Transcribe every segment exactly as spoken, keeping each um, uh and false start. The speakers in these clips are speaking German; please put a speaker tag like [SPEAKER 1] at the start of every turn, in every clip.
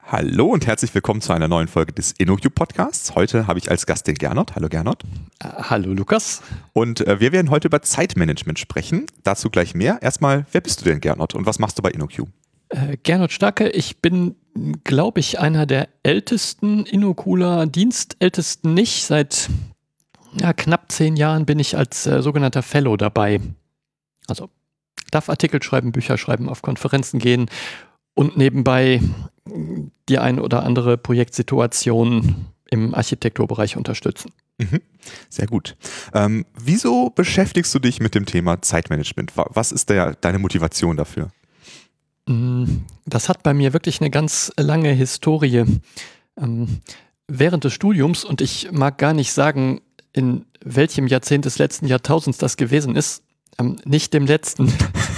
[SPEAKER 1] Hallo und herzlich willkommen zu einer neuen Folge des InnoQ Podcasts. Heute habe ich als Gast den Gernot. Hallo Gernot.
[SPEAKER 2] Äh, hallo Lukas.
[SPEAKER 1] Und äh, wir werden heute über Zeitmanagement sprechen. Dazu gleich mehr. Erstmal, wer bist du denn, Gernot, und was machst du bei InnoQ?
[SPEAKER 2] Äh, Gernot Starke, ich bin, glaube ich, einer der ältesten InnoQler, dienstältesten nicht. Seit ja, knapp zehn Jahren bin ich als äh, sogenannter Fellow dabei. Also darf Artikel schreiben, Bücher schreiben, auf Konferenzen gehen und nebenbei die eine oder andere Projektsituation im Architekturbereich unterstützen.
[SPEAKER 1] Mhm. Sehr gut. Ähm, wieso beschäftigst du dich mit dem Thema Zeitmanagement? Was ist der, deine Motivation dafür?
[SPEAKER 2] Das hat bei mir wirklich eine ganz lange Historie. Ähm, während des Studiums, und ich mag gar nicht sagen, in welchem Jahrzehnt des letzten Jahrtausends das gewesen ist, ähm, nicht dem letzten,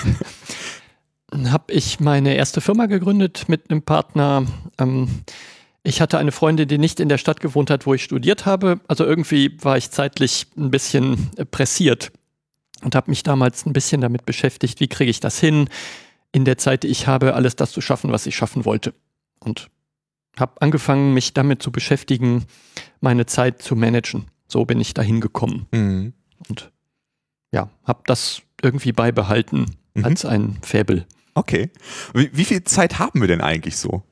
[SPEAKER 2] habe ich meine erste Firma gegründet mit einem Partner. Ähm, ich hatte eine Freundin, die nicht in der Stadt gewohnt hat, wo ich studiert habe. Also irgendwie war ich zeitlich ein bisschen pressiert und habe mich damals ein bisschen damit beschäftigt, wie kriege ich das hin, in der Zeit, die ich habe, alles das zu schaffen, was ich schaffen wollte. Und habe angefangen, mich damit zu beschäftigen, meine Zeit zu managen. So bin ich dahin gekommen.
[SPEAKER 1] Mhm.
[SPEAKER 2] Und ja, habe das irgendwie beibehalten
[SPEAKER 1] mhm.
[SPEAKER 2] als ein Faible.
[SPEAKER 1] Okay. Wie, wie viel Zeit haben wir denn eigentlich so?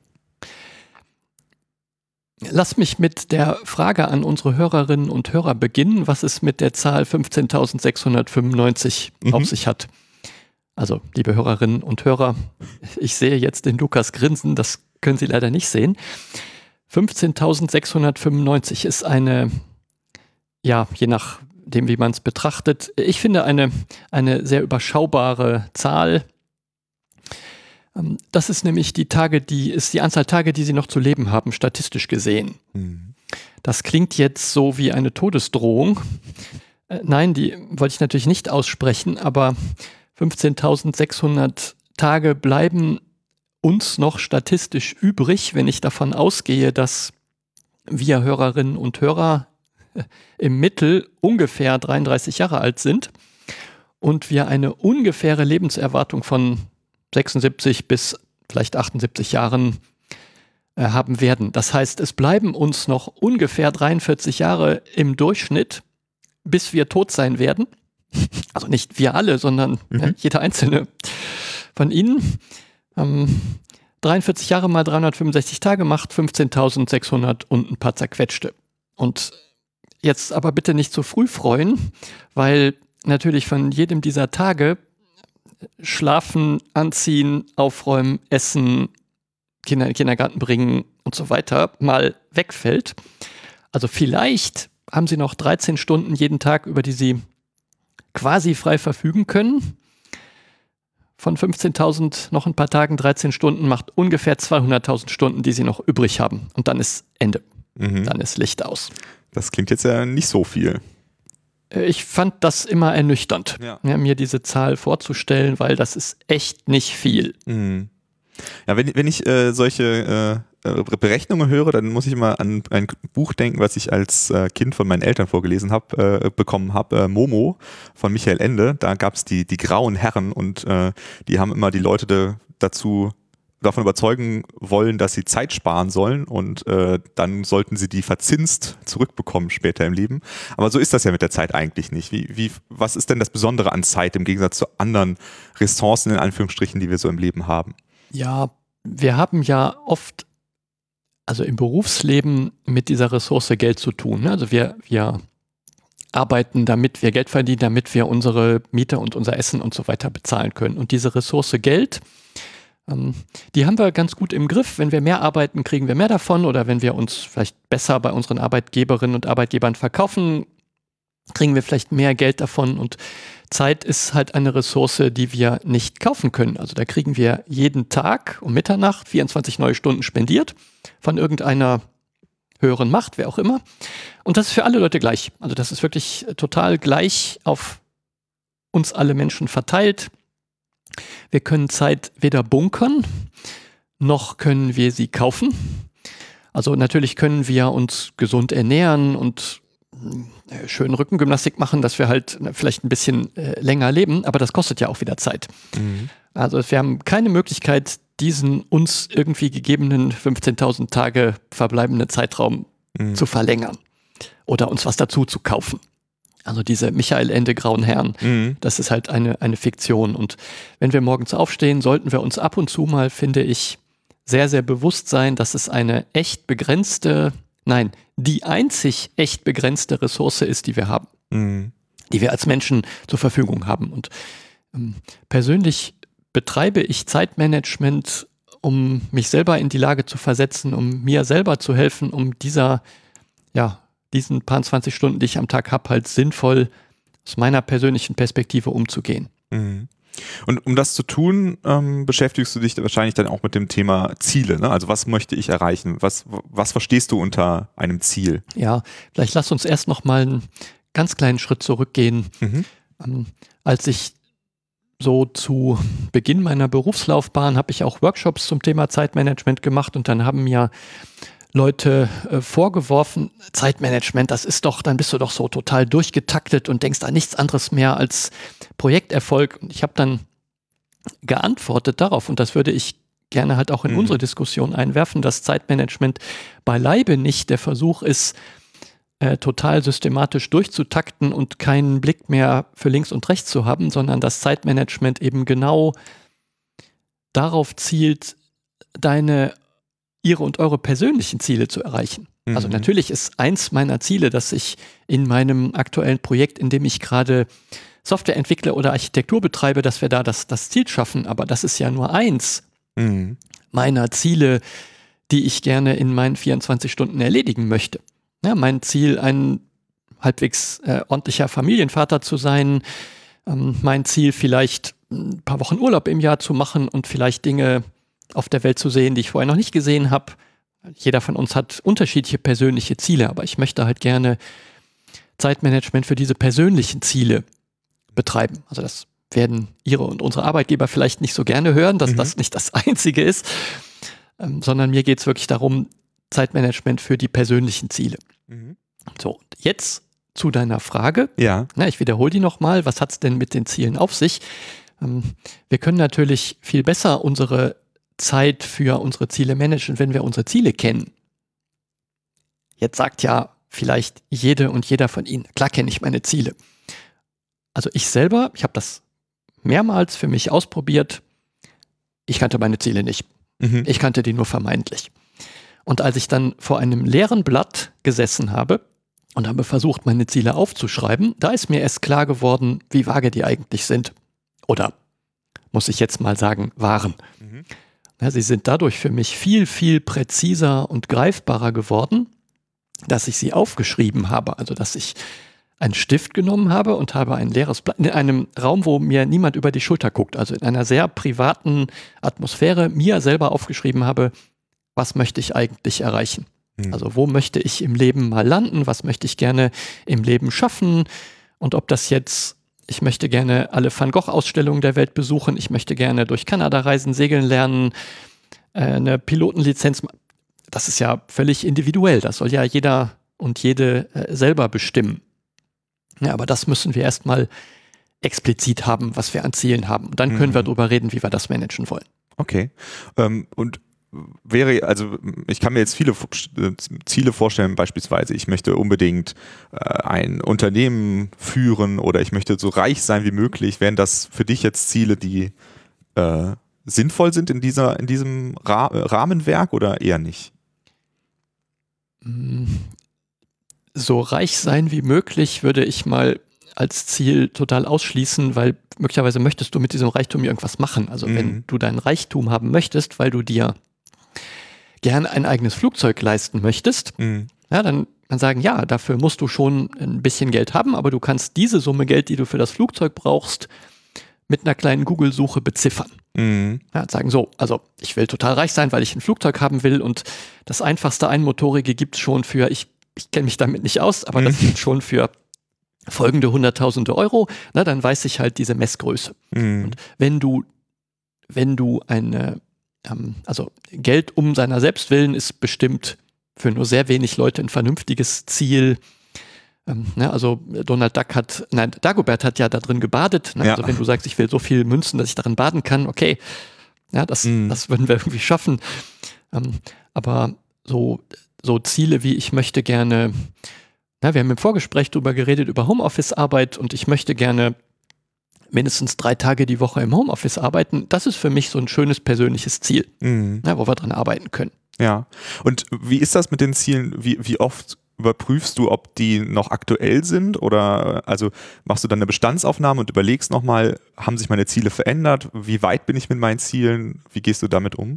[SPEAKER 2] Lass mich mit der Frage an unsere Hörerinnen und Hörer beginnen, was es mit der Zahl fünfzehntausendsechshundertfünfundneunzig mhm. auf sich hat. Also, liebe Hörerinnen und Hörer, ich sehe jetzt den Lukas grinsen, das können Sie leider nicht sehen. fünfzehntausendsechshundertfünfundneunzig ist eine, ja, je nachdem, wie man es betrachtet, ich finde eine, eine sehr überschaubare Zahl. Das ist nämlich die Tage, die ist die Anzahl Tage, die Sie noch zu leben haben, statistisch gesehen. Mhm. Das klingt jetzt so wie eine Todesdrohung. Äh, nein, die wollte ich natürlich nicht aussprechen, aber fünfzehntausendsechshundert Tage bleiben uns noch statistisch übrig, wenn ich davon ausgehe, dass wir Hörerinnen und Hörer im Mittel ungefähr dreiunddreißig Jahre alt sind und wir eine ungefähre Lebenserwartung von sechsundsiebzig bis vielleicht achtundsiebzig Jahren äh, haben werden. Das heißt, es bleiben uns noch ungefähr dreiundvierzig Jahre im Durchschnitt, bis wir tot sein werden. Also nicht wir alle, sondern mhm. ja, jeder einzelne von Ihnen. Ähm, dreiundvierzig Jahre mal dreihundertfünfundsechzig Tage macht fünfzehntausendsechshundert und ein paar zerquetschte. Und jetzt aber bitte nicht zu früh freuen, weil natürlich von jedem dieser Tage Schlafen, anziehen, aufräumen, essen, Kinder in den Kindergarten bringen und so weiter mal wegfällt. Also vielleicht haben Sie noch dreizehn Stunden jeden Tag, über die Sie quasi frei verfügen können. Von fünfzehntausend noch ein paar Tagen, dreizehn Stunden macht ungefähr zweihunderttausend Stunden, die Sie noch übrig haben. Und dann ist Ende. Mhm. Dann ist Licht aus.
[SPEAKER 1] Das klingt jetzt ja nicht so viel.
[SPEAKER 2] Ich fand das immer ernüchternd, ja. Ja, mir diese Zahl vorzustellen, weil das ist echt nicht viel.
[SPEAKER 1] Mhm. Ja, wenn, wenn ich äh, solche äh, Berechnungen höre, dann muss ich immer an ein Buch denken, was ich als äh, Kind von meinen Eltern vorgelesen habe, äh, bekommen habe, äh, Momo von Michael Ende. Da gab es die, die grauen Herren und äh, die haben immer die Leute de, dazu davon überzeugen wollen, dass sie Zeit sparen sollen und äh, dann sollten sie die verzinst zurückbekommen später im Leben. Aber so ist das ja mit der Zeit eigentlich nicht. Wie, wie, was ist denn das Besondere an Zeit im Gegensatz zu anderen Ressourcen in Anführungsstrichen, die wir so im Leben haben?
[SPEAKER 2] Ja, wir haben ja oft, also im Berufsleben mit dieser Ressource Geld zu tun. Also wir, wir arbeiten, damit wir Geld verdienen, damit wir unsere Miete und unser Essen und so weiter bezahlen können. Und diese Ressource Geld, die haben wir ganz gut im Griff. Wenn wir mehr arbeiten, kriegen wir mehr davon. Oder wenn wir uns vielleicht besser bei unseren Arbeitgeberinnen und Arbeitgebern verkaufen, kriegen wir vielleicht mehr Geld davon. Und Zeit ist halt eine Ressource, die wir nicht kaufen können. Also da kriegen wir jeden Tag um Mitternacht vierundzwanzig neue Stunden spendiert von irgendeiner höheren Macht, wer auch immer. Und das ist für alle Leute gleich. Also das ist wirklich total gleich auf uns alle Menschen verteilt. Wir können Zeit weder bunkern, noch können wir sie kaufen. Also natürlich können wir uns gesund ernähren und äh, schön Rückengymnastik machen, dass wir halt vielleicht ein bisschen äh, länger leben, aber das kostet ja auch wieder Zeit. Mhm. Also wir haben keine Möglichkeit, diesen uns irgendwie gegebenen fünfzehntausend Tage verbleibenden Zeitraum mhm. zu verlängern oder uns was dazu zu kaufen. Also diese Michael Ende Grauen Herren, mhm. das ist halt eine, eine Fiktion. Und wenn wir morgens aufstehen, sollten wir uns ab und zu mal, finde ich, sehr, sehr bewusst sein, dass es eine echt begrenzte, nein, die einzig echt begrenzte Ressource ist, die wir haben, mhm. die wir als Menschen zur Verfügung haben. Und ähm, persönlich betreibe ich Zeitmanagement, um mich selber in die Lage zu versetzen, um mir selber zu helfen, um dieser, ja, diesen paar zwanzig Stunden, die ich am Tag habe, halt sinnvoll aus meiner persönlichen Perspektive umzugehen.
[SPEAKER 1] Mhm. Und um das zu tun, ähm, beschäftigst du dich wahrscheinlich dann auch mit dem Thema Ziele, ne? Also was möchte ich erreichen? Was, was verstehst du unter einem Ziel?
[SPEAKER 2] Ja, vielleicht lass uns erst noch mal einen ganz kleinen Schritt zurückgehen. Mhm. Ähm, als ich so zu Beginn meiner Berufslaufbahn habe ich auch Workshops zum Thema Zeitmanagement gemacht und dann haben mir Leute äh, vorgeworfen, Zeitmanagement, das ist doch, dann bist du doch so total durchgetaktet und denkst an nichts anderes mehr als Projekterfolg. Und ich habe dann geantwortet darauf, und das würde ich gerne halt auch in mhm. unsere Diskussion einwerfen, dass Zeitmanagement beileibe nicht der Versuch ist, äh, total systematisch durchzutakten und keinen Blick mehr für links und rechts zu haben, sondern dass Zeitmanagement eben genau darauf zielt, deine ihre und eure persönlichen Ziele zu erreichen. Mhm. Also natürlich ist eins meiner Ziele, dass ich in meinem aktuellen Projekt, in dem ich gerade Software entwickle oder Architektur betreibe, dass wir da das, das Ziel schaffen, aber das ist ja nur eins mhm. meiner Ziele, die ich gerne in meinen vierundzwanzig Stunden erledigen möchte. Ja, mein Ziel, ein halbwegs äh, ordentlicher Familienvater zu sein, ähm, mein Ziel vielleicht ein paar Wochen Urlaub im Jahr zu machen und vielleicht Dinge auf der Welt zu sehen, die ich vorher noch nicht gesehen habe. Jeder von uns hat unterschiedliche persönliche Ziele, aber ich möchte halt gerne Zeitmanagement für diese persönlichen Ziele betreiben. Also das werden Ihre und unsere Arbeitgeber vielleicht nicht so gerne hören, dass mhm. das nicht das Einzige ist, ähm, sondern mir geht es wirklich darum, Zeitmanagement für die persönlichen Ziele. Mhm. So, jetzt zu deiner Frage.
[SPEAKER 1] Ja.
[SPEAKER 2] Na, ich wiederhole die nochmal. Was hat es denn mit den Zielen auf sich? Ähm, wir können natürlich viel besser unsere Zeit für unsere Ziele managen, wenn wir unsere Ziele kennen. Jetzt sagt ja vielleicht jede und jeder von Ihnen, klar kenne ich meine Ziele. Also ich selber, ich habe das mehrmals für mich ausprobiert, ich kannte meine Ziele nicht. Mhm. Ich kannte die nur vermeintlich. Und als ich dann vor einem leeren Blatt gesessen habe und habe versucht, meine Ziele aufzuschreiben, da ist mir erst klar geworden, wie vage die eigentlich sind. Oder, muss ich jetzt mal sagen, waren. Mhm. Ja, sie sind dadurch für mich viel, viel präziser und greifbarer geworden, dass ich sie aufgeschrieben habe. Also, dass ich einen Stift genommen habe und habe ein leeres Blatt in einem Raum, wo mir niemand über die Schulter guckt. Also in einer sehr privaten Atmosphäre mir selber aufgeschrieben habe, was möchte ich eigentlich erreichen? Mhm. Also wo möchte ich im Leben mal landen? Was möchte ich gerne im Leben schaffen? Und ob das jetzt, ich möchte gerne alle Van Gogh-Ausstellungen der Welt besuchen, ich möchte gerne durch Kanada reisen, segeln lernen, äh, eine Pilotenlizenz, das ist ja völlig individuell. Das soll ja jeder und jede äh, selber bestimmen. Ja, aber das müssen wir erstmal explizit haben, was wir an Zielen haben. Und dann können mhm. wir darüber reden, wie wir das managen wollen.
[SPEAKER 1] Okay. Ähm, und wäre, also ich kann mir jetzt viele Ziele vorstellen, beispielsweise ich möchte unbedingt äh, ein Unternehmen führen oder ich möchte so reich sein wie möglich. Wären das für dich jetzt Ziele, die äh, sinnvoll sind in dieser, in diesem Ra- Rahmenwerk oder eher nicht?
[SPEAKER 2] So reich sein wie möglich würde ich mal als Ziel total ausschließen, weil möglicherweise möchtest du mit diesem Reichtum irgendwas machen. Also mhm. wenn du deinen Reichtum haben möchtest, weil du dir gerne ein eigenes Flugzeug leisten möchtest, mhm. ja, dann, dann sagen, ja, dafür musst du schon ein bisschen Geld haben, aber du kannst diese Summe Geld, die du für das Flugzeug brauchst, mit einer kleinen Google-Suche beziffern. Mhm. Ja, sagen so, also ich will total reich sein, weil ich ein Flugzeug haben will und das einfachste Einmotorige gibt es schon für, ich, ich kenne mich damit nicht aus, aber mhm. das gibt schon für folgende Hunderttausende Euro, na, dann weiß ich halt diese Messgröße. Mhm. Und wenn du, wenn du eine Also Geld um seiner selbst willen ist bestimmt für nur sehr wenig Leute ein vernünftiges Ziel. Ähm, ne, also Donald Duck hat, nein, Dagobert hat ja da drin gebadet. Ne? Ja. Also wenn du sagst, ich will so viel Münzen, dass ich darin baden kann, okay, Ja, das,
[SPEAKER 1] Mhm.
[SPEAKER 2] das würden wir irgendwie schaffen. Ähm, aber so, so Ziele wie ich möchte gerne, na, wir haben im Vorgespräch drüber geredet, über Homeoffice-Arbeit und ich möchte gerne mindestens drei Tage die Woche im Homeoffice arbeiten. Das ist für mich so ein schönes persönliches Ziel,
[SPEAKER 1] Mhm.
[SPEAKER 2] na, wo wir dran arbeiten können.
[SPEAKER 1] Ja. Und wie ist das mit den Zielen? Wie, wie oft überprüfst du, ob die noch aktuell sind? Oder also machst du dann eine Bestandsaufnahme und überlegst nochmal, haben sich meine Ziele verändert? Wie weit bin ich mit meinen Zielen? Wie gehst du damit um?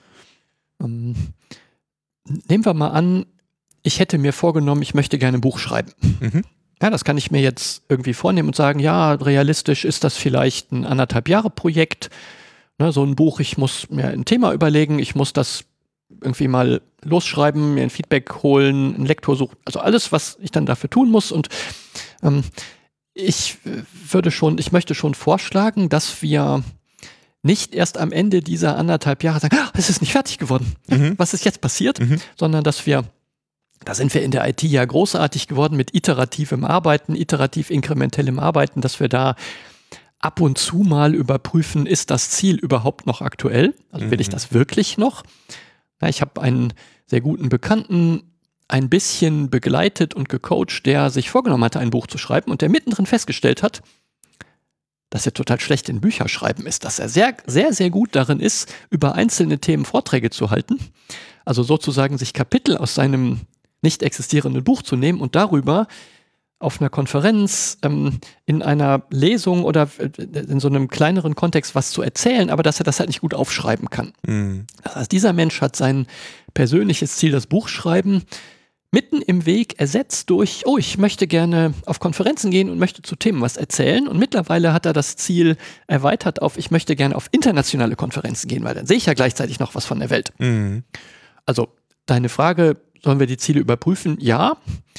[SPEAKER 2] Ähm, nehmen wir mal an, ich hätte mir vorgenommen, ich möchte gerne ein Buch schreiben.
[SPEAKER 1] Mhm.
[SPEAKER 2] Ja, das kann ich mir jetzt irgendwie vornehmen und sagen, ja, realistisch ist das vielleicht ein anderthalb Jahre Projekt. Ne, so ein Buch, ich muss mir ein Thema überlegen, ich muss das irgendwie mal losschreiben, mir ein Feedback holen, einen Lektor suchen, also alles, was ich dann dafür tun muss. Und ähm, ich würde schon, ich möchte schon vorschlagen, dass wir nicht erst am Ende dieser anderthalb Jahre sagen, ah, es ist nicht fertig geworden.
[SPEAKER 1] Mhm.
[SPEAKER 2] Was ist jetzt passiert?
[SPEAKER 1] Mhm.
[SPEAKER 2] Sondern dass wir, da sind wir in der I T ja großartig geworden mit iterativem Arbeiten, iterativ inkrementellem Arbeiten, dass wir da ab und zu mal überprüfen, ist das Ziel überhaupt noch aktuell? Also will ich
[SPEAKER 1] Mhm.
[SPEAKER 2] das wirklich noch? Ja, ich habe einen sehr guten Bekannten ein bisschen begleitet und gecoacht, der sich vorgenommen hatte, ein Buch zu schreiben und der mittendrin festgestellt hat, dass er total schlecht in Bücherschreiben ist, dass er sehr, sehr, sehr gut darin ist, über einzelne Themen Vorträge zu halten, also sozusagen sich Kapitel aus seinem nicht existierenden Buch zu nehmen und darüber auf einer Konferenz, ähm, in einer Lesung oder in so einem kleineren Kontext was zu erzählen, aber dass er das halt nicht gut aufschreiben kann.
[SPEAKER 1] Mhm.
[SPEAKER 2] Das heißt, dieser Mensch hat sein persönliches Ziel, das Buch schreiben, mitten im Weg ersetzt durch, oh, ich möchte gerne auf Konferenzen gehen und möchte zu Themen was erzählen. Und mittlerweile hat er das Ziel erweitert auf, ich möchte gerne auf internationale Konferenzen gehen, weil dann sehe ich ja gleichzeitig noch was von der Welt.
[SPEAKER 1] Mhm.
[SPEAKER 2] Also deine Frage, sollen wir die Ziele überprüfen? Ja.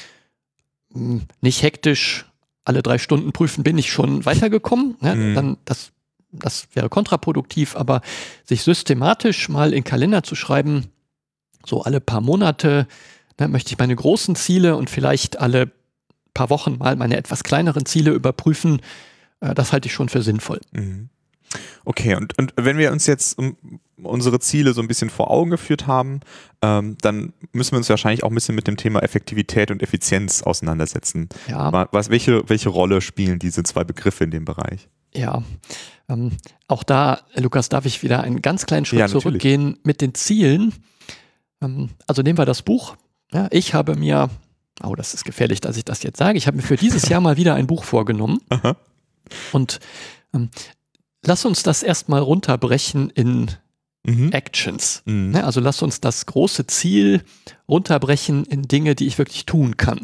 [SPEAKER 2] Hm, nicht hektisch alle drei Stunden prüfen, bin ich schon weitergekommen. Ja,
[SPEAKER 1] Mhm.
[SPEAKER 2] dann das, das wäre kontraproduktiv, aber sich systematisch mal in den Kalender zu schreiben, so alle paar Monate, ne, möchte ich meine großen Ziele und vielleicht alle paar Wochen mal meine etwas kleineren Ziele überprüfen, äh, das halte ich schon für sinnvoll.
[SPEAKER 1] Mhm. Okay, und, und wenn wir uns jetzt um unsere Ziele so ein bisschen vor Augen geführt haben, ähm, dann müssen wir uns wahrscheinlich auch ein bisschen mit dem Thema Effektivität und Effizienz auseinandersetzen.
[SPEAKER 2] Ja,
[SPEAKER 1] Was, welche, welche Rolle spielen diese zwei Begriffe in dem Bereich?
[SPEAKER 2] ja. Ähm, auch da, Lukas, darf ich wieder einen ganz kleinen Schritt
[SPEAKER 1] Ja, natürlich.
[SPEAKER 2] zurückgehen mit den Zielen. Ähm, also nehmen wir das Buch. Ja, ich habe mir, oh, das ist gefährlich, dass ich das jetzt sage, ich habe mir für dieses Jahr mal wieder ein Buch vorgenommen.
[SPEAKER 1] Aha.
[SPEAKER 2] Und ähm, lass uns das erstmal runterbrechen in
[SPEAKER 1] Mhm.
[SPEAKER 2] Actions.
[SPEAKER 1] Mhm.
[SPEAKER 2] Ne, also lass uns das große Ziel runterbrechen in Dinge, die ich wirklich tun kann.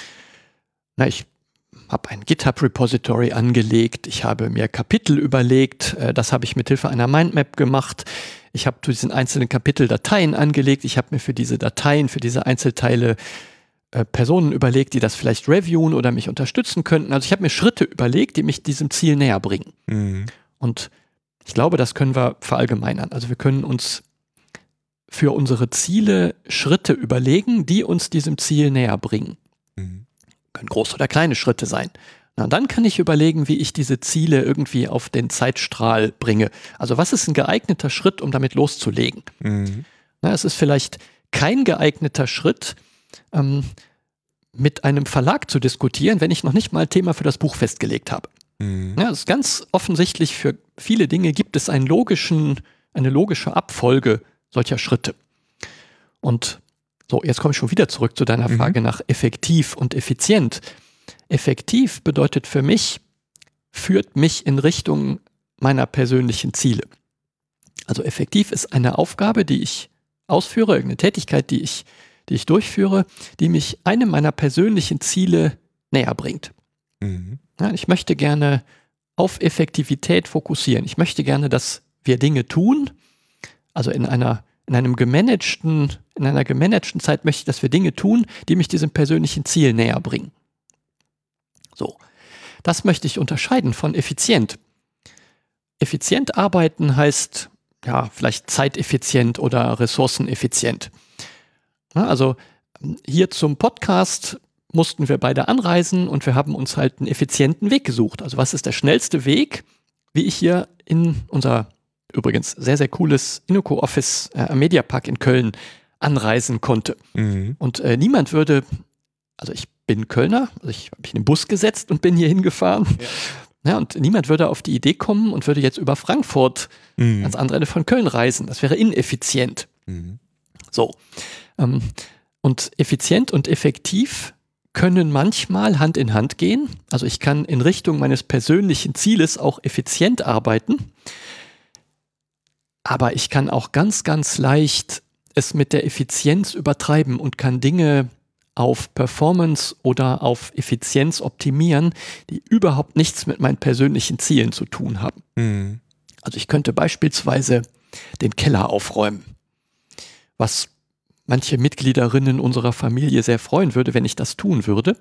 [SPEAKER 2] Na, ich habe ein GitHub-Repository angelegt, ich habe mir Kapitel überlegt, äh, das habe ich mit Hilfe einer Mindmap gemacht. Ich habe zu diesen einzelnen Kapitel Dateien angelegt, ich habe mir für diese Dateien, für diese Einzelteile äh, Personen überlegt, die das vielleicht reviewen oder mich unterstützen könnten. Also ich habe mir Schritte überlegt, die mich diesem Ziel näher bringen.
[SPEAKER 1] Mhm.
[SPEAKER 2] Und ich glaube, das können wir verallgemeinern. Also wir können uns für unsere Ziele Schritte überlegen, die uns diesem Ziel näher bringen.
[SPEAKER 1] Mhm.
[SPEAKER 2] Können große oder kleine Schritte sein. Na, dann kann ich überlegen, wie ich diese Ziele irgendwie auf den Zeitstrahl bringe. Also was ist ein geeigneter Schritt, um damit loszulegen?
[SPEAKER 1] Mhm.
[SPEAKER 2] Na, es ist vielleicht kein geeigneter Schritt, ähm, mit einem Verlag zu diskutieren, wenn ich noch nicht mal ein Thema für das Buch festgelegt habe.
[SPEAKER 1] Mhm.
[SPEAKER 2] Ja, es ist ganz offensichtlich, für viele Dinge gibt es einen logischen, eine logische Abfolge solcher Schritte. Und so, jetzt komme ich schon wieder zurück zu deiner
[SPEAKER 1] Mhm.
[SPEAKER 2] Frage nach effektiv und effizient. Effektiv bedeutet für mich, führt mich in Richtung meiner persönlichen Ziele. Also effektiv ist eine Aufgabe, die ich ausführe, irgendeine Tätigkeit, die ich, die ich durchführe, die mich einem meiner persönlichen Ziele näher bringt.
[SPEAKER 1] Mhm.
[SPEAKER 2] Ja, ich möchte gerne auf Effektivität fokussieren. Ich möchte gerne, dass wir Dinge tun, also in einer, in einem gemanagten, in einer gemanagten Zeit möchte ich, dass wir Dinge tun, die mich diesem persönlichen Ziel näher bringen. So. Das möchte ich unterscheiden von effizient. Effizient arbeiten heißt, ja, vielleicht zeiteffizient oder ressourceneffizient. Ja, also hier zum Podcast mussten wir beide anreisen und wir haben uns halt einen effizienten Weg gesucht. Also was ist der schnellste Weg, wie ich hier in unser übrigens sehr, sehr cooles Innoco-Office äh, am Mediapark in Köln anreisen konnte.
[SPEAKER 1] Mhm.
[SPEAKER 2] Und äh, niemand würde, also ich bin Kölner, also ich habe mich in den Bus gesetzt und bin hier hingefahren. Ja. Ja, und niemand würde auf die Idee kommen und würde jetzt über Frankfurt
[SPEAKER 1] Mhm.
[SPEAKER 2] ans andere Ende von Köln reisen. Das wäre ineffizient.
[SPEAKER 1] Mhm.
[SPEAKER 2] So. Ähm, und effizient und effektiv können manchmal Hand in Hand gehen. Also ich kann in Richtung meines persönlichen Zieles auch effizient arbeiten. Aber ich kann auch ganz, ganz leicht es mit der Effizienz übertreiben und kann Dinge auf Performance oder auf Effizienz optimieren, die überhaupt nichts mit meinen persönlichen Zielen zu tun haben.
[SPEAKER 1] Mhm.
[SPEAKER 2] Also ich könnte beispielsweise den Keller aufräumen, was manche Mitgliederinnen unserer Familie sehr freuen würde, wenn ich das tun würde.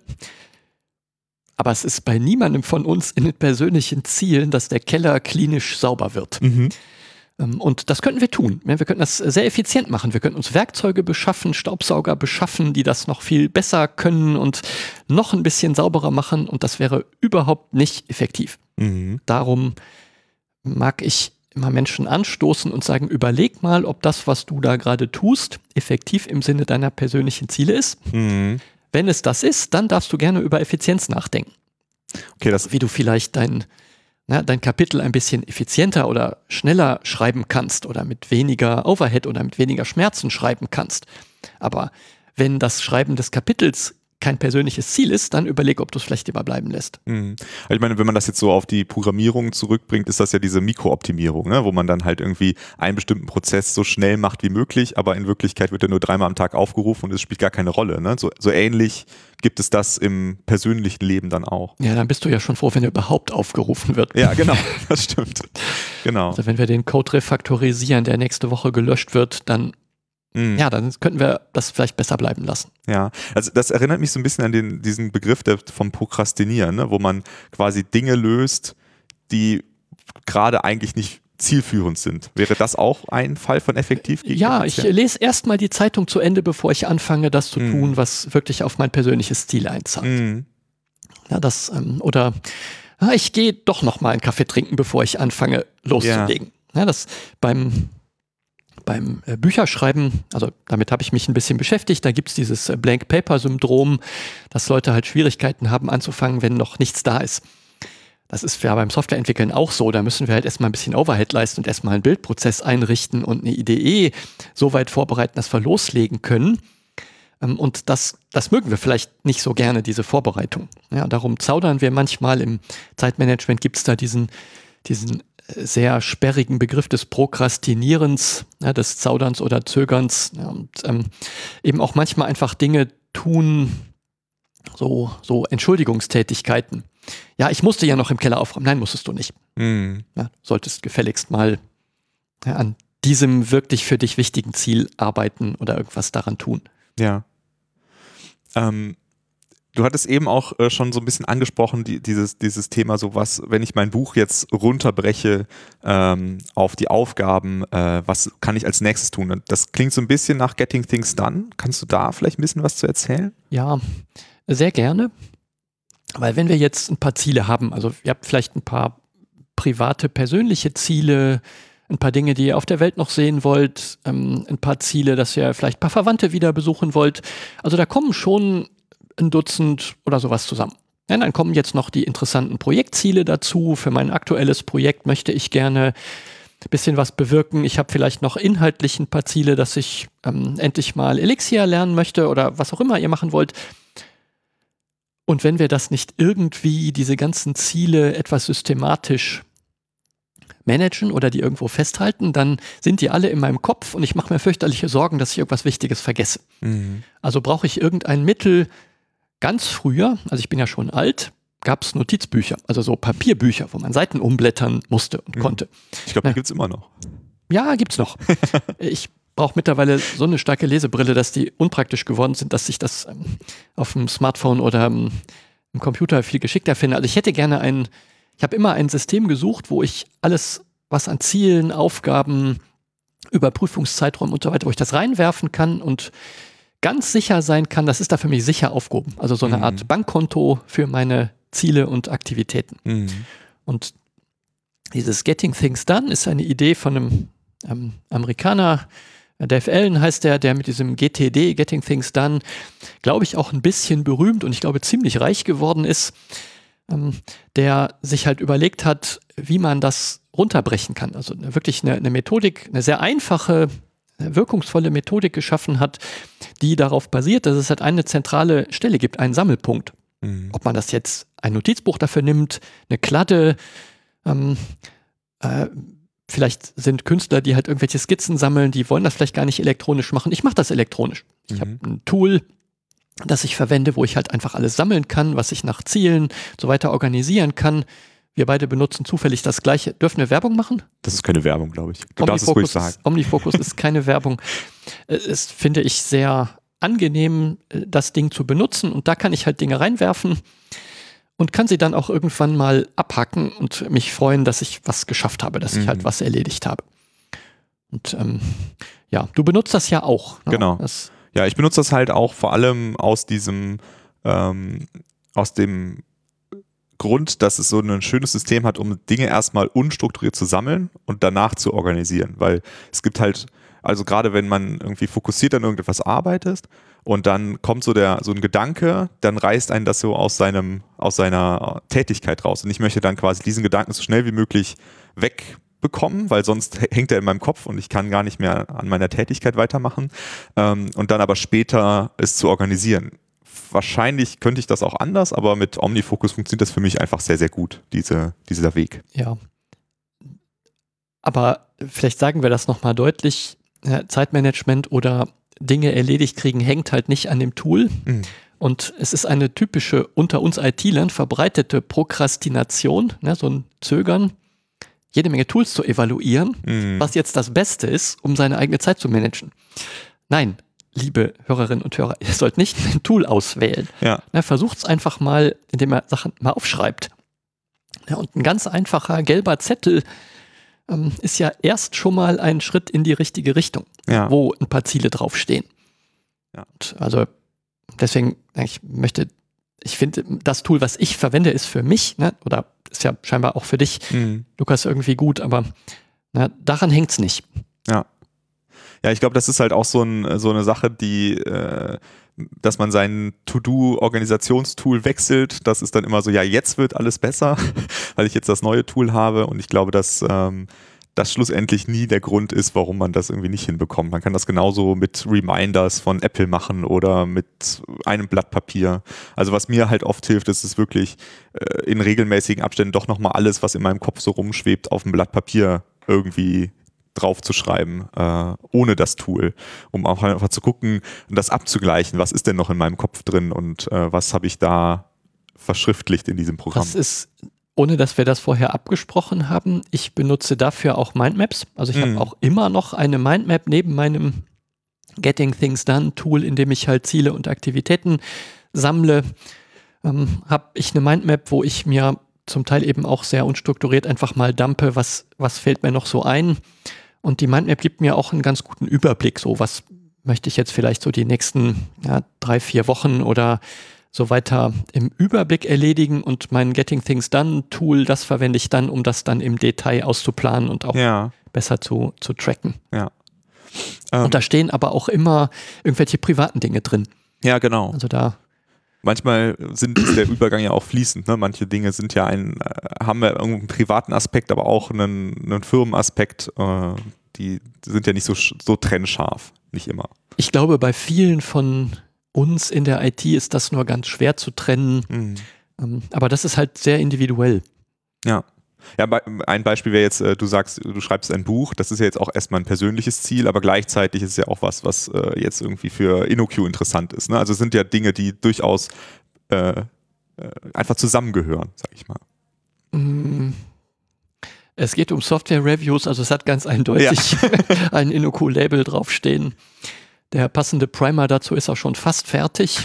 [SPEAKER 2] Aber es ist bei niemandem von uns in den persönlichen Zielen, dass der Keller klinisch sauber wird.
[SPEAKER 1] Mhm.
[SPEAKER 2] Und das könnten wir tun. Wir könnten das sehr effizient machen. Wir könnten uns Werkzeuge beschaffen, Staubsauger beschaffen, die das noch viel besser können und noch ein bisschen sauberer machen. Und das wäre überhaupt nicht effektiv.
[SPEAKER 1] Mhm.
[SPEAKER 2] Darum mag ich immer Menschen anstoßen und sagen, überleg mal, ob das, was du da gerade tust, effektiv im Sinne deiner persönlichen Ziele ist.
[SPEAKER 1] Mhm.
[SPEAKER 2] Wenn es das ist, dann darfst du gerne über Effizienz nachdenken.
[SPEAKER 1] Okay, das
[SPEAKER 2] Wie du vielleicht dein, na, dein Kapitel ein bisschen effizienter oder schneller schreiben kannst oder mit weniger Overhead oder mit weniger Schmerzen schreiben kannst. Aber wenn das Schreiben des Kapitels kein persönliches Ziel ist, dann überleg, ob du es vielleicht lieber bleiben lässt.
[SPEAKER 1] Mhm. Ich meine, wenn man das jetzt so auf die Programmierung zurückbringt, ist das ja diese Mikrooptimierung, ne? Wo man dann halt irgendwie einen bestimmten Prozess so schnell macht wie möglich, aber in Wirklichkeit wird er nur dreimal am Tag aufgerufen und es spielt gar keine Rolle. Ne? So, so ähnlich gibt es das im persönlichen Leben dann auch.
[SPEAKER 2] Ja, dann bist du ja schon froh, wenn er überhaupt aufgerufen wird.
[SPEAKER 1] Ja, genau, das stimmt. Genau.
[SPEAKER 2] Also wenn wir den Code refaktorisieren, der nächste Woche gelöscht wird, dann
[SPEAKER 1] Mhm.
[SPEAKER 2] ja, dann könnten wir das vielleicht besser bleiben lassen.
[SPEAKER 1] Ja, also das erinnert mich so ein bisschen an den, diesen Begriff der, vom Prokrastinieren, ne? Wo man quasi Dinge löst, die gerade eigentlich nicht zielführend sind. Wäre das auch ein Fall von effektiv? Gegen
[SPEAKER 2] Ja, ich
[SPEAKER 1] effizient?
[SPEAKER 2] lese erstmal die Zeitung zu Ende, bevor ich anfange, das zu
[SPEAKER 1] Mhm.
[SPEAKER 2] tun, was wirklich auf mein persönliches Ziel einzahlt.
[SPEAKER 1] Mhm.
[SPEAKER 2] Ja, das, ähm, oder ah, ich gehe doch noch mal einen Kaffee trinken, bevor ich anfange loszulegen. Ja, das beim Beim äh, Bücherschreiben, also damit habe ich mich ein bisschen beschäftigt, da gibt es dieses äh, Blank-Paper-Syndrom, dass Leute halt Schwierigkeiten haben anzufangen, wenn noch nichts da ist. Das ist ja beim Softwareentwickeln auch so, da müssen wir halt erstmal ein bisschen Overhead leisten und erstmal einen Bildprozess einrichten und eine I D E so weit vorbereiten, dass wir loslegen können. Ähm, und das, das mögen wir vielleicht nicht so gerne, diese Vorbereitung. Ja, darum zaudern wir manchmal. Im Zeitmanagement gibt es da diesen, diesen sehr sperrigen Begriff des Prokrastinierens, ja, des Zauderns oder Zögerns, ja, und ähm, eben auch manchmal einfach Dinge tun, so, so Entschuldigungstätigkeiten. Ja, ich musste ja noch im Keller aufräumen. Nein, musstest du nicht.
[SPEAKER 1] Mhm.
[SPEAKER 2] Ja, solltest gefälligst mal ja, an diesem wirklich für dich wichtigen Ziel arbeiten oder irgendwas daran tun.
[SPEAKER 1] Ja. Ähm, du hattest eben auch äh, schon so ein bisschen angesprochen, die, dieses, dieses Thema, so was, wenn ich mein Buch jetzt runterbreche ähm, auf die Aufgaben, äh, was kann ich als nächstes tun? Und das klingt so ein bisschen nach Getting Things Done. Kannst du da vielleicht ein bisschen was zu erzählen?
[SPEAKER 2] Ja, sehr gerne. Weil wenn wir jetzt ein paar Ziele haben, also ihr habt vielleicht ein paar private, persönliche Ziele, ein paar Dinge, die ihr auf der Welt noch sehen wollt, ähm, ein paar Ziele, dass ihr vielleicht ein paar Verwandte wieder besuchen wollt. Also da kommen schon ein Dutzend oder sowas zusammen. Ja, dann kommen jetzt noch die interessanten Projektziele dazu. Für mein aktuelles Projekt möchte ich gerne ein bisschen was bewirken. Ich habe vielleicht noch inhaltlich ein paar Ziele, dass ich ähm, endlich mal Elixir lernen möchte oder was auch immer ihr machen wollt. Und wenn wir das nicht irgendwie, diese ganzen Ziele etwas systematisch managen oder die irgendwo festhalten, dann sind die alle in meinem Kopf und ich mache mir fürchterliche Sorgen, dass ich irgendwas Wichtiges vergesse.
[SPEAKER 1] Mhm.
[SPEAKER 2] Also brauche ich irgendein Mittel. Ganz früher, also ich bin ja schon alt, gab es Notizbücher, also so Papierbücher, wo man Seiten umblättern musste und
[SPEAKER 1] Mhm.
[SPEAKER 2] konnte.
[SPEAKER 1] Ich glaube, die
[SPEAKER 2] Ja.
[SPEAKER 1] gibt es immer noch.
[SPEAKER 2] Ja, gibt's noch. Ich brauche mittlerweile so eine starke Lesebrille, dass die unpraktisch geworden sind, dass ich das ähm, auf dem Smartphone oder ähm, im Computer viel geschickter finde. Also ich hätte gerne ein, ich habe immer ein System gesucht, wo ich alles, was an Zielen, Aufgaben, Überprüfungszeiträumen und so weiter, wo ich das reinwerfen kann und ganz sicher sein kann, das ist da für mich sicher aufgehoben. Also so eine
[SPEAKER 1] Mhm.
[SPEAKER 2] Art Bankkonto für meine Ziele und Aktivitäten.
[SPEAKER 1] Mhm.
[SPEAKER 2] Und dieses Getting Things Done ist eine Idee von einem ähm, Amerikaner, Dave Allen heißt der, der mit diesem G T D, Getting Things Done, glaube ich, auch ein bisschen berühmt und ich glaube ziemlich reich geworden ist, ähm, der sich halt überlegt hat, wie man das runterbrechen kann. Also eine, wirklich eine, eine Methodik, eine sehr einfache, eine wirkungsvolle Methodik geschaffen hat, die darauf basiert, dass es halt eine zentrale Stelle gibt, einen Sammelpunkt. Mhm. Ob man das jetzt ein Notizbuch dafür nimmt, eine Kladde, ähm, äh, vielleicht sind Künstler, die halt irgendwelche Skizzen sammeln, die wollen das vielleicht gar nicht elektronisch machen. Ich mache das elektronisch. Ich mhm. habe ein Tool, das ich verwende, wo ich halt einfach alles sammeln kann, was ich nach Zielen so weiter organisieren kann. Wir beide benutzen zufällig das Gleiche. Dürfen wir Werbung machen?
[SPEAKER 1] Das ist keine Werbung, glaube ich. Du darfst es ruhig sagen.
[SPEAKER 2] Ist, Omnifocus ist keine Werbung. Es finde ich sehr angenehm, das Ding zu benutzen. Und da kann ich halt Dinge reinwerfen und kann sie dann auch irgendwann mal abhacken und mich freuen, dass ich was geschafft habe, dass mhm. ich halt was erledigt habe. Und ähm, ja, du benutzt das ja auch. Ne?
[SPEAKER 1] Genau.
[SPEAKER 2] Das,
[SPEAKER 1] ja, ich benutze das halt auch vor allem aus diesem, ähm, aus dem Grund, dass es so ein schönes System hat, um Dinge erstmal unstrukturiert zu sammeln und danach zu organisieren. Weil es gibt halt, also gerade wenn man irgendwie fokussiert an irgendetwas arbeitet und dann kommt so der so ein Gedanke, dann reißt einen das so aus seinem, aus seiner Tätigkeit raus. Und ich möchte dann quasi diesen Gedanken so schnell wie möglich wegbekommen, weil sonst hängt er in meinem Kopf und ich kann gar nicht mehr an meiner Tätigkeit weitermachen. Ähm, und dann aber später es zu organisieren. Wahrscheinlich könnte ich das auch anders, aber mit Omnifocus funktioniert das für mich einfach sehr, sehr gut, diese, dieser Weg.
[SPEAKER 2] Ja. Aber vielleicht sagen wir das nochmal deutlich, Zeitmanagement oder Dinge erledigt kriegen hängt halt nicht an dem Tool. Mhm. Und es ist eine typische, unter uns I T-Lern verbreitete Prokrastination, ne, so ein Zögern, jede Menge Tools zu evaluieren, mhm. was jetzt das Beste ist, um seine eigene Zeit zu managen. Nein, liebe Hörerinnen und Hörer, ihr sollt nicht ein Tool auswählen.
[SPEAKER 1] Ja.
[SPEAKER 2] Ne, versucht es einfach mal, indem ihr Sachen mal aufschreibt. Ja, und ein ganz einfacher gelber Zettel ähm, ist ja erst schon mal ein Schritt in die richtige Richtung, ja. wo ein paar Ziele draufstehen. Ja. Und also deswegen, ich möchte, ich finde, das Tool, was ich verwende, ist für mich, ne, oder ist ja scheinbar auch für dich, mhm. Lukas, irgendwie gut, aber na, daran hängt es nicht.
[SPEAKER 1] Ja. Ja, ich glaube, das ist halt auch so, ein, so eine Sache, die, äh, dass man sein To-Do-Organisationstool wechselt. Das ist dann immer so, ja, jetzt wird alles besser, weil ich jetzt das neue Tool habe. Und ich glaube, dass ähm, das schlussendlich nie der Grund ist, warum man das irgendwie nicht hinbekommt. Man kann das genauso mit Reminders von Apple machen oder mit einem Blatt Papier. Also was mir halt oft hilft, ist es wirklich äh, in regelmäßigen Abständen doch nochmal alles, was in meinem Kopf so rumschwebt, auf ein Blatt Papier irgendwie drauf zu schreiben, äh, ohne das Tool, um auch einfach zu gucken und das abzugleichen, was ist denn noch in meinem Kopf drin und äh, was habe ich da verschriftlicht in diesem Programm.
[SPEAKER 2] Das ist, ohne dass wir das vorher abgesprochen haben, ich benutze dafür auch Mindmaps. Also ich mhm. habe auch immer noch eine Mindmap neben meinem Getting Things Done Tool, in dem ich halt Ziele und Aktivitäten sammle. Ähm, habe ich eine Mindmap, wo ich mir zum Teil eben auch sehr unstrukturiert einfach mal dumpe, was, was fällt mir noch so ein. Und die Mindmap gibt mir auch einen ganz guten Überblick, so was möchte ich jetzt vielleicht so die nächsten ja, drei, vier Wochen oder so weiter im Überblick erledigen und mein Getting Things Done Tool, das verwende ich dann, um das dann im Detail auszuplanen und auch ja. besser zu, zu tracken.
[SPEAKER 1] Ja.
[SPEAKER 2] Ähm. Und da stehen aber auch immer irgendwelche privaten Dinge drin.
[SPEAKER 1] Ja, genau.
[SPEAKER 2] Also da
[SPEAKER 1] Manchmal sind, ist der Übergang ja auch fließend. Ne? Manche Dinge sind ja ein, haben ja irgendeinen privaten Aspekt, aber auch einen, einen Firmenaspekt. Äh, die sind ja nicht so, so trennscharf, nicht immer.
[SPEAKER 2] Ich glaube, bei vielen von uns in der I T ist das nur ganz schwer zu trennen. Mhm. Ähm, aber das ist halt sehr individuell.
[SPEAKER 1] Ja. Ja, ein Beispiel wäre jetzt, du sagst, du schreibst ein Buch, das ist ja jetzt auch erstmal ein persönliches Ziel, aber gleichzeitig ist es ja auch was, was jetzt irgendwie für InnoQ interessant ist. Ne? Also es sind ja Dinge, die durchaus äh, einfach zusammengehören, sag ich mal.
[SPEAKER 2] Es geht um Software-Reviews, also es hat ganz eindeutig ja. ein InnoQ-Label draufstehen. Der passende Primer dazu ist auch schon fast fertig.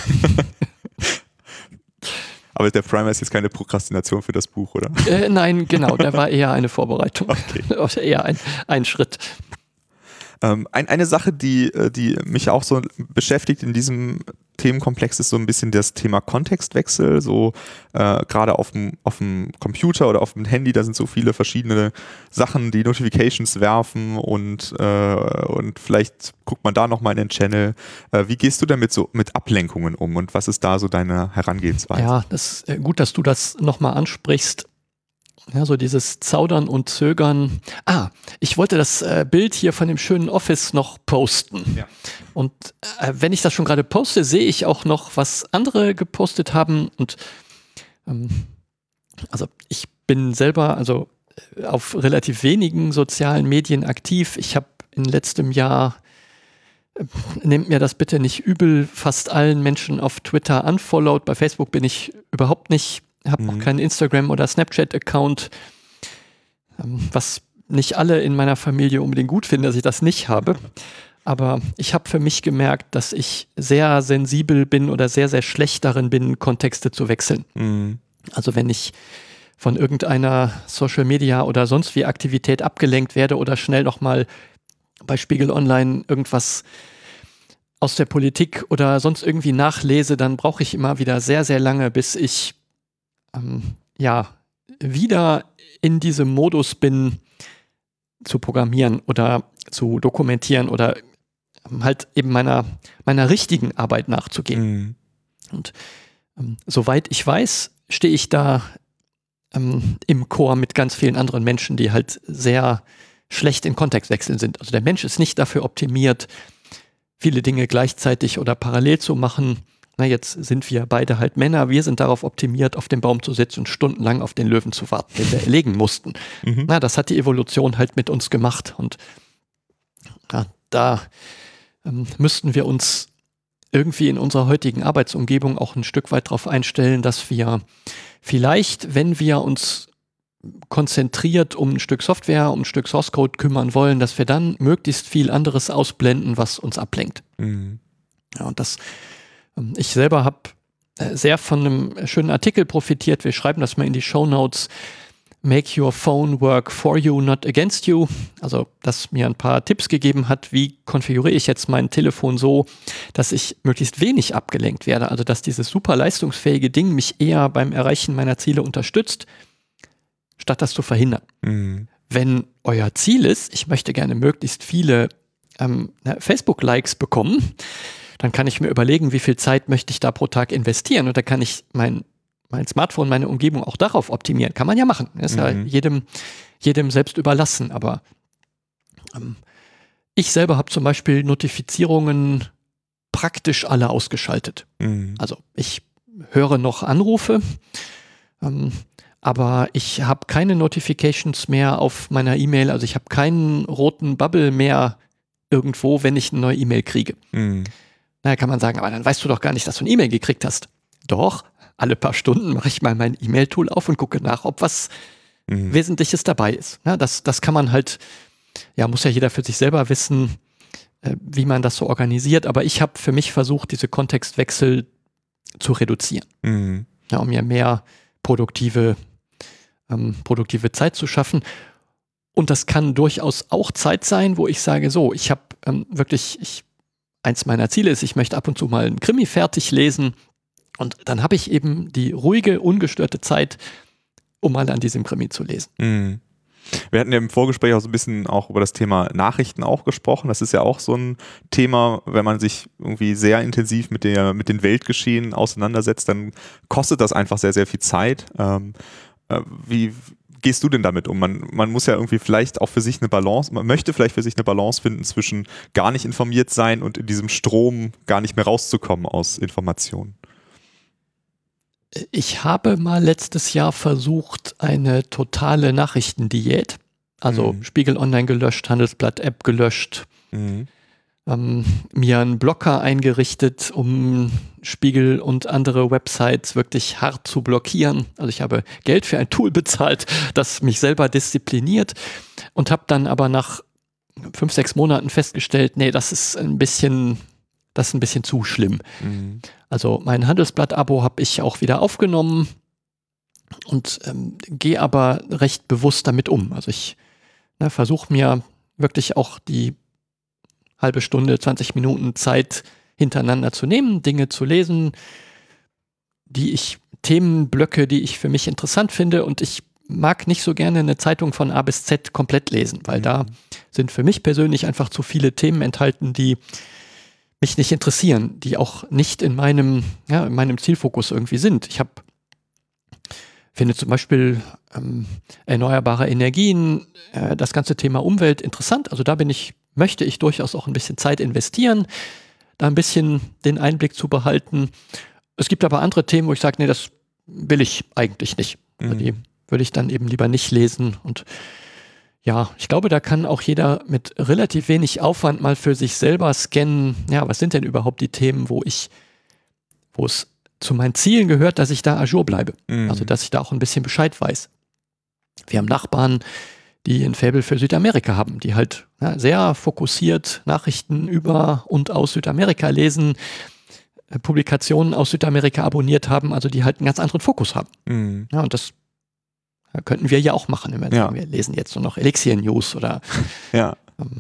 [SPEAKER 1] Aber der Primer ist jetzt keine Prokrastination für das Buch, oder?
[SPEAKER 2] Äh, nein, genau, der war eher eine Vorbereitung.
[SPEAKER 1] Okay.
[SPEAKER 2] eher ein, ein Schritt.
[SPEAKER 1] Ähm, ein, eine Sache, die, die mich auch so beschäftigt in diesem Themenkomplex ist so ein bisschen das Thema Kontextwechsel, so äh, gerade auf dem auf dem Computer oder auf dem Handy, da sind so viele verschiedene Sachen, die Notifications werfen und, äh, und vielleicht guckt man da nochmal in den Channel. Äh, wie gehst du damit so mit Ablenkungen um und was ist da so deine Herangehensweise?
[SPEAKER 2] Ja, das ist gut, dass du das nochmal ansprichst. Ja, so dieses Zaudern und Zögern. Ah, ich wollte das äh, Bild hier von dem schönen Office noch posten.
[SPEAKER 1] Ja.
[SPEAKER 2] Und äh, wenn ich das schon gerade poste, sehe ich auch noch, was andere gepostet haben. Und ähm, also ich bin selber also äh, auf relativ wenigen sozialen Medien aktiv. Ich habe in letztem Jahr, äh, nehmt mir das bitte nicht übel, fast allen Menschen auf Twitter unfollowed. Bei Facebook bin ich überhaupt nicht. Habe
[SPEAKER 1] Mhm.
[SPEAKER 2] auch keinen Instagram- oder Snapchat-Account, ähm, was nicht alle in meiner Familie unbedingt gut finden, dass ich das nicht habe. Aber ich habe für mich gemerkt, dass ich sehr sensibel bin oder sehr, sehr schlecht darin bin, Kontexte zu wechseln.
[SPEAKER 1] Mhm.
[SPEAKER 2] Also wenn ich von irgendeiner Social-Media oder sonst wie Aktivität abgelenkt werde oder schnell nochmal bei Spiegel Online irgendwas aus der Politik oder sonst irgendwie nachlese, dann brauche ich immer wieder sehr, sehr lange, bis ich ähm, ja wieder in diesem Modus bin, zu programmieren oder zu dokumentieren oder ähm, halt eben meiner, meiner richtigen Arbeit nachzugehen.
[SPEAKER 1] Mhm.
[SPEAKER 2] Und ähm, soweit ich weiß, stehe ich da ähm, im Chor mit ganz vielen anderen Menschen, die halt sehr schlecht in Kontextwechseln sind. Also der Mensch ist nicht dafür optimiert, viele Dinge gleichzeitig oder parallel zu machen. Na, jetzt sind wir beide halt Männer, wir sind darauf optimiert, auf dem Baum zu sitzen und stundenlang auf den Löwen zu warten, den wir erlegen mussten.
[SPEAKER 1] Mhm.
[SPEAKER 2] Na, das hat die Evolution halt mit uns gemacht und ja, da ähm, müssten wir uns irgendwie in unserer heutigen Arbeitsumgebung auch ein Stück weit darauf einstellen, dass wir vielleicht, wenn wir uns konzentriert um ein Stück Software, um ein Stück Source Code kümmern wollen, dass wir dann möglichst viel anderes ausblenden, was uns ablenkt.
[SPEAKER 1] Mhm.
[SPEAKER 2] Ja, und das, ähm, ich selber habe äh, sehr von einem schönen Artikel profitiert. Wir schreiben das mal in die Shownotes. Make your phone work for you, not against you. Also, das mir ein paar Tipps gegeben hat, wie konfiguriere ich jetzt mein Telefon so, dass ich möglichst wenig abgelenkt werde. Also, dass dieses super leistungsfähige Ding mich eher beim Erreichen meiner Ziele unterstützt, statt das zu verhindern.
[SPEAKER 1] Mhm.
[SPEAKER 2] Wenn euer Ziel ist, ich möchte gerne möglichst viele ähm, Facebook-Likes bekommen, dann kann ich mir überlegen, wie viel Zeit möchte ich da pro Tag investieren. Und da kann ich mein, mein Smartphone, meine Umgebung auch darauf optimieren. Kann man ja machen. Das ist
[SPEAKER 1] Mhm.
[SPEAKER 2] ja jedem, jedem selbst überlassen. Aber ähm, ich selber habe zum Beispiel Notifizierungen praktisch alle ausgeschaltet.
[SPEAKER 1] Mhm.
[SPEAKER 2] Also ich höre noch Anrufe, ähm, aber ich habe keine Notifications mehr auf meiner E-Mail. Also ich habe keinen roten Bubble mehr irgendwo, wenn ich eine neue E-Mail kriege.
[SPEAKER 1] Mhm.
[SPEAKER 2] Na, kann man sagen, aber dann weißt du doch gar nicht, dass du eine E-Mail gekriegt hast. Doch, alle paar Stunden mache ich mal mein E-Mail-Tool auf und gucke nach, ob was
[SPEAKER 1] Mhm.
[SPEAKER 2] Wesentliches dabei ist. Ja, das, das kann man halt, ja, muss ja jeder für sich selber wissen, äh, wie man das so organisiert. Aber ich habe für mich versucht, diese Kontextwechsel zu reduzieren,
[SPEAKER 1] Mhm.
[SPEAKER 2] ja, um mir mehr produktive, ähm, produktive Zeit zu schaffen. Und das kann durchaus auch Zeit sein, wo ich sage, so, ich habe ähm, wirklich, ich, eins meiner Ziele ist, ich möchte ab und zu mal einen Krimi fertig lesen und dann habe ich eben die ruhige, ungestörte Zeit, um mal an diesem Krimi zu lesen.
[SPEAKER 1] Mhm. Wir hatten ja im Vorgespräch auch so ein bisschen auch über das Thema Nachrichten auch gesprochen. Das ist ja auch so ein Thema, wenn man sich irgendwie sehr intensiv mit der, mit den Weltgeschehen auseinandersetzt, dann kostet das einfach sehr, sehr viel Zeit. Ähm, äh, wie gehst du denn damit um? Man, man muss ja irgendwie vielleicht auch für sich eine Balance, man möchte vielleicht für sich eine Balance finden zwischen gar nicht informiert sein und in diesem Strom gar nicht mehr rauszukommen aus Informationen.
[SPEAKER 2] Ich habe mal letztes Jahr versucht, eine totale Nachrichtendiät, also
[SPEAKER 1] Mhm.
[SPEAKER 2] Spiegel Online gelöscht, Handelsblatt-App gelöscht,
[SPEAKER 1] Mhm.
[SPEAKER 2] ähm, mir einen Blocker eingerichtet, um Spiegel und andere Websites wirklich hart zu blockieren. Also ich habe Geld für ein Tool bezahlt, das mich selber diszipliniert und habe dann aber nach fünf, sechs Monaten festgestellt, nee, das ist ein bisschen, das ist ein bisschen zu schlimm.
[SPEAKER 1] Mhm.
[SPEAKER 2] Also mein Handelsblatt-Abo habe ich auch wieder aufgenommen und ähm, gehe aber recht bewusst damit um. Also ich ne, versuche mir wirklich auch die halbe Stunde, zwanzig Minuten Zeit hintereinander zu nehmen, Dinge zu lesen, die ich, Themenblöcke, die ich für mich interessant finde, und ich mag nicht so gerne eine Zeitung von A bis Z komplett lesen, weil mhm. da sind für mich persönlich einfach zu viele Themen enthalten, die mich nicht interessieren, die auch nicht in meinem, ja, in meinem Zielfokus irgendwie sind. Ich habe finde zum Beispiel ähm, erneuerbare Energien, äh, das ganze Thema Umwelt interessant. Also da bin ich, möchte ich durchaus auch ein bisschen Zeit investieren, da ein bisschen den Einblick zu behalten. Es gibt aber andere Themen, wo ich sage, nee, das will ich eigentlich nicht. Mhm. Also die würde ich dann eben lieber nicht lesen. Und ja, ich glaube, da kann auch jeder mit relativ wenig Aufwand mal für sich selber scannen, ja, was sind denn überhaupt die Themen, wo ich, wo es zu meinen Zielen gehört, dass ich da à jour bleibe. Mhm. Also, dass ich da auch ein bisschen Bescheid weiß. Wir haben Nachbarn, die ein Faible für Südamerika haben, die halt ja, sehr fokussiert Nachrichten über und aus Südamerika lesen, äh, Publikationen aus Südamerika abonniert haben, also die halt einen ganz anderen Fokus haben. Mhm. Ja, und das ja, könnten wir ja auch machen. Wenn wir, ja. sagen, wir lesen jetzt nur noch Elixir-News oder
[SPEAKER 1] ja. Ähm,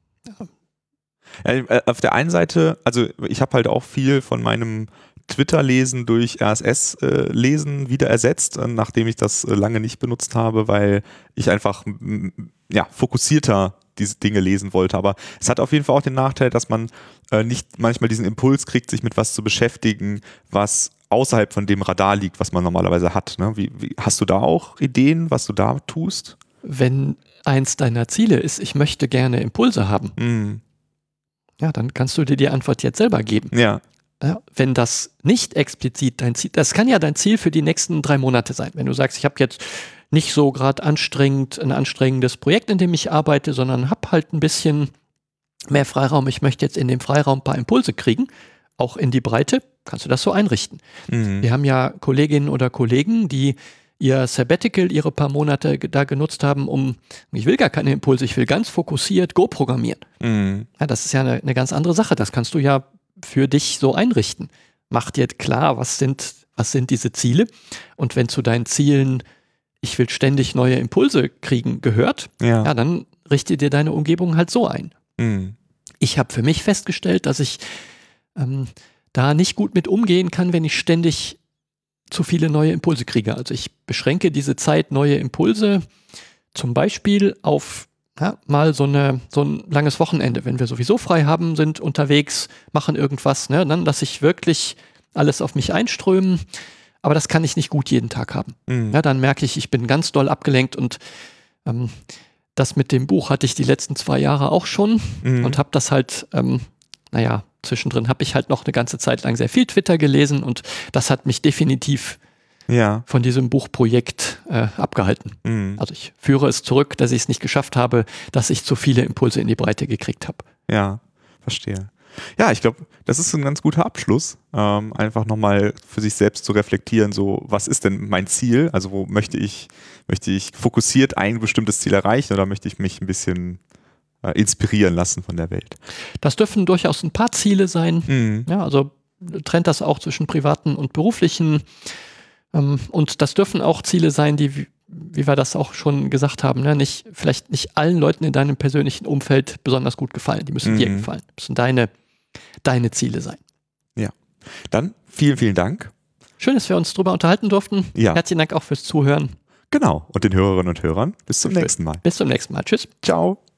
[SPEAKER 1] ja. Ja, auf der einen Seite, also ich habe halt auch viel von meinem Twitter-Lesen durch R S S-Lesen äh, wieder ersetzt, äh, nachdem ich das äh, lange nicht benutzt habe, weil ich einfach m- ja, fokussierter diese Dinge lesen wollte. Aber es hat auf jeden Fall auch den Nachteil, dass man äh, nicht manchmal diesen Impuls kriegt, sich mit was zu beschäftigen, was außerhalb von dem Radar liegt, was man normalerweise hat. Ne? Wie, wie, hast du da auch Ideen, was du da tust?
[SPEAKER 2] Wenn eins deiner Ziele ist, ich möchte gerne Impulse haben, mm. ja, dann kannst du dir die Antwort jetzt selber geben.
[SPEAKER 1] Ja.
[SPEAKER 2] Ja, wenn das nicht explizit dein Ziel, das kann ja dein Ziel für die nächsten drei Monate sein. Wenn du sagst, ich habe jetzt nicht so gerade anstrengend, ein anstrengendes Projekt, in dem ich arbeite, sondern habe halt ein bisschen mehr Freiraum. Ich möchte jetzt in dem Freiraum ein paar Impulse kriegen, auch in die Breite, kannst du das so einrichten. Mhm. Wir haben ja Kolleginnen oder Kollegen, die ihr Sabbatical, ihre paar Monate da genutzt haben, um, ich will gar keine Impulse, ich will ganz fokussiert Go programmieren. Mhm. Ja, das ist ja eine, eine ganz andere Sache. Das kannst du ja für dich so einrichten. Mach dir klar, was sind, was sind diese Ziele, und wenn zu deinen Zielen ich will ständig neue Impulse kriegen gehört, ja, ja dann richte dir deine Umgebung halt so ein. Mhm. Ich habe für mich festgestellt, dass ich ähm, da nicht gut mit umgehen kann, wenn ich ständig zu viele neue Impulse kriege. Also ich beschränke diese Zeit, neue Impulse zum Beispiel auf ja, mal so, eine, so ein langes Wochenende, wenn wir sowieso frei haben, sind unterwegs, machen irgendwas, ne, dann lasse ich wirklich alles auf mich einströmen, aber das kann ich nicht gut jeden Tag haben. Mhm. Ja, dann merke ich, ich bin ganz doll abgelenkt, und ähm, das mit dem Buch hatte ich die letzten zwei Jahre auch schon mhm. und habe das halt, ähm, naja, zwischendrin habe ich halt noch eine ganze Zeit lang sehr viel Twitter gelesen, und das hat mich definitiv ja. von diesem Buchprojekt äh, abgehalten. Mhm. Also ich führe es zurück, dass ich es nicht geschafft habe, dass ich zu viele Impulse in die Breite gekriegt habe.
[SPEAKER 1] Ja, verstehe. Ja, ich glaube, das ist ein ganz guter Abschluss, ähm, einfach nochmal für sich selbst zu reflektieren, so, was ist denn mein Ziel? Also wo möchte ich, möchte ich fokussiert ein bestimmtes Ziel erreichen, oder möchte ich mich ein bisschen äh, inspirieren lassen von der Welt?
[SPEAKER 2] Das dürfen durchaus ein paar Ziele sein. Mhm. Ja, also trennt das auch zwischen privaten und beruflichen. Ähm, und das dürfen auch Ziele sein, die, wie, wie wir das auch schon gesagt haben, ne, nicht, vielleicht nicht allen Leuten in deinem persönlichen Umfeld besonders gut gefallen. Die müssen mhm. dir gefallen. Das müssen deine deine Ziele sein.
[SPEAKER 1] Ja, dann vielen, vielen Dank.
[SPEAKER 2] Schön, dass wir uns drüber unterhalten durften.
[SPEAKER 1] Ja.
[SPEAKER 2] Herzlichen Dank auch fürs Zuhören.
[SPEAKER 1] Genau, und den Hörerinnen und Hörern bis zum nächsten Mal.
[SPEAKER 2] Bis zum nächsten Mal. Tschüss.
[SPEAKER 1] Ciao.